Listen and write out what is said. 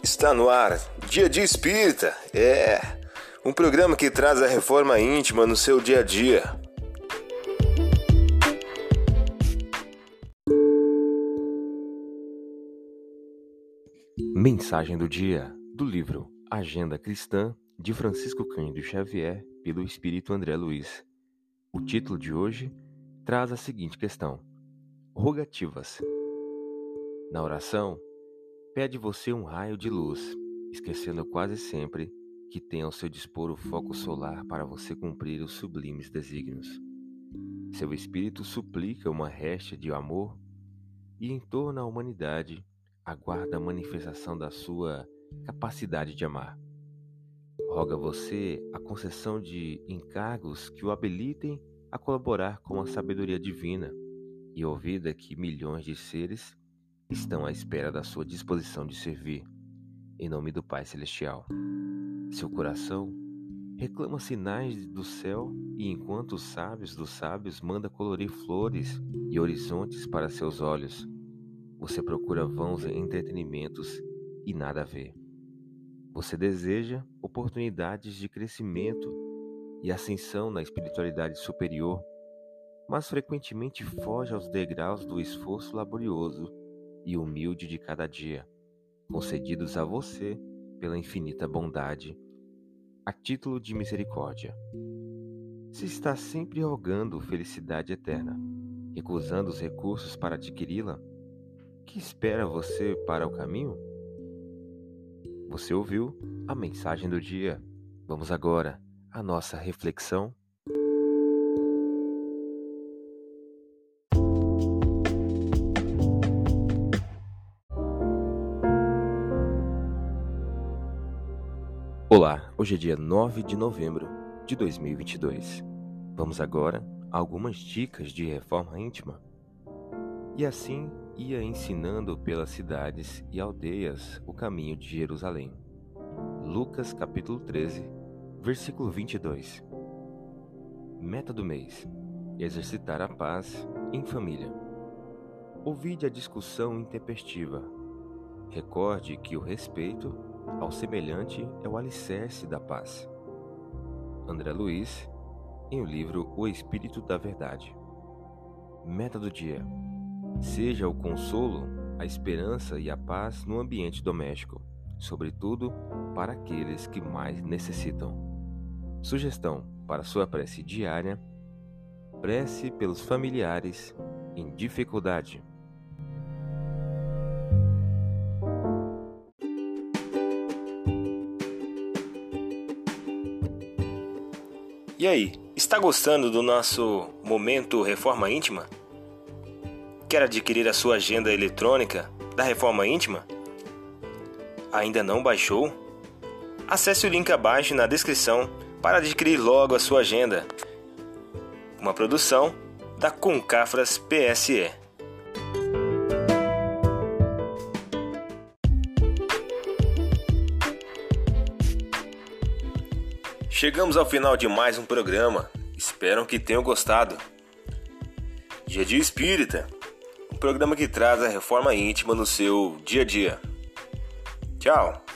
Está no ar, Dia de Espírita, um programa que traz a reforma íntima no seu dia a dia. Mensagem do dia, do livro Agenda Cristã, de Francisco Cândido Xavier, pelo Espírito André Luiz. O título de hoje traz a seguinte questão: rogativas. Na oração, pede você um raio de luz, esquecendo quase sempre que tem ao seu dispor o foco solar para você cumprir os sublimes desígnios. Seu espírito suplica uma réstia de amor e, em torno à humanidade, aguarda a manifestação da sua capacidade de amar. Roga você a concessão de encargos que o habilitem a colaborar com a sabedoria divina e ouvida que milhões de seres estão à espera da sua disposição de servir, em nome do Pai Celestial. Seu coração reclama sinais do céu e, enquanto os sábios dos sábios manda colorir flores e horizontes para seus olhos, você procura vãos entretenimentos e nada vê. Você deseja oportunidades de crescimento e ascensão na espiritualidade superior, mas frequentemente foge aos degraus do esforço laborioso e humilde de cada dia, concedidos a você pela infinita bondade, a título de misericórdia. Se está sempre rogando felicidade eterna, recusando os recursos para adquiri-la, que espera você para o caminho? Você ouviu a mensagem do dia. Vamos agora à nossa reflexão. Olá, hoje é dia 9 de novembro de 2022. Vamos agora a algumas dicas de reforma íntima. E assim ia ensinando pelas cidades e aldeias o caminho de Jerusalém. Lucas capítulo 13, versículo 22. Meta do mês: exercitar a paz em família. Ouvide a discussão intempestiva. Recorde que o respeito ao semelhante é o alicerce da paz. André Luiz, em o livro O Espírito da Verdade. Meta do dia: seja o consolo, a esperança e a paz no ambiente doméstico, sobretudo para aqueles que mais necessitam. Sugestão para sua prece diária: prece pelos familiares em dificuldade. E aí, está gostando do nosso momento Reforma Íntima? Quer adquirir a sua agenda eletrônica da Reforma Íntima? Ainda não baixou? Acesse o link abaixo na descrição para adquirir logo a sua agenda. Uma produção da Concafras PSE. Chegamos ao final de mais um programa. Espero que tenham gostado. Dia de Espírita, um programa que traz a reforma íntima no seu dia a dia. Tchau!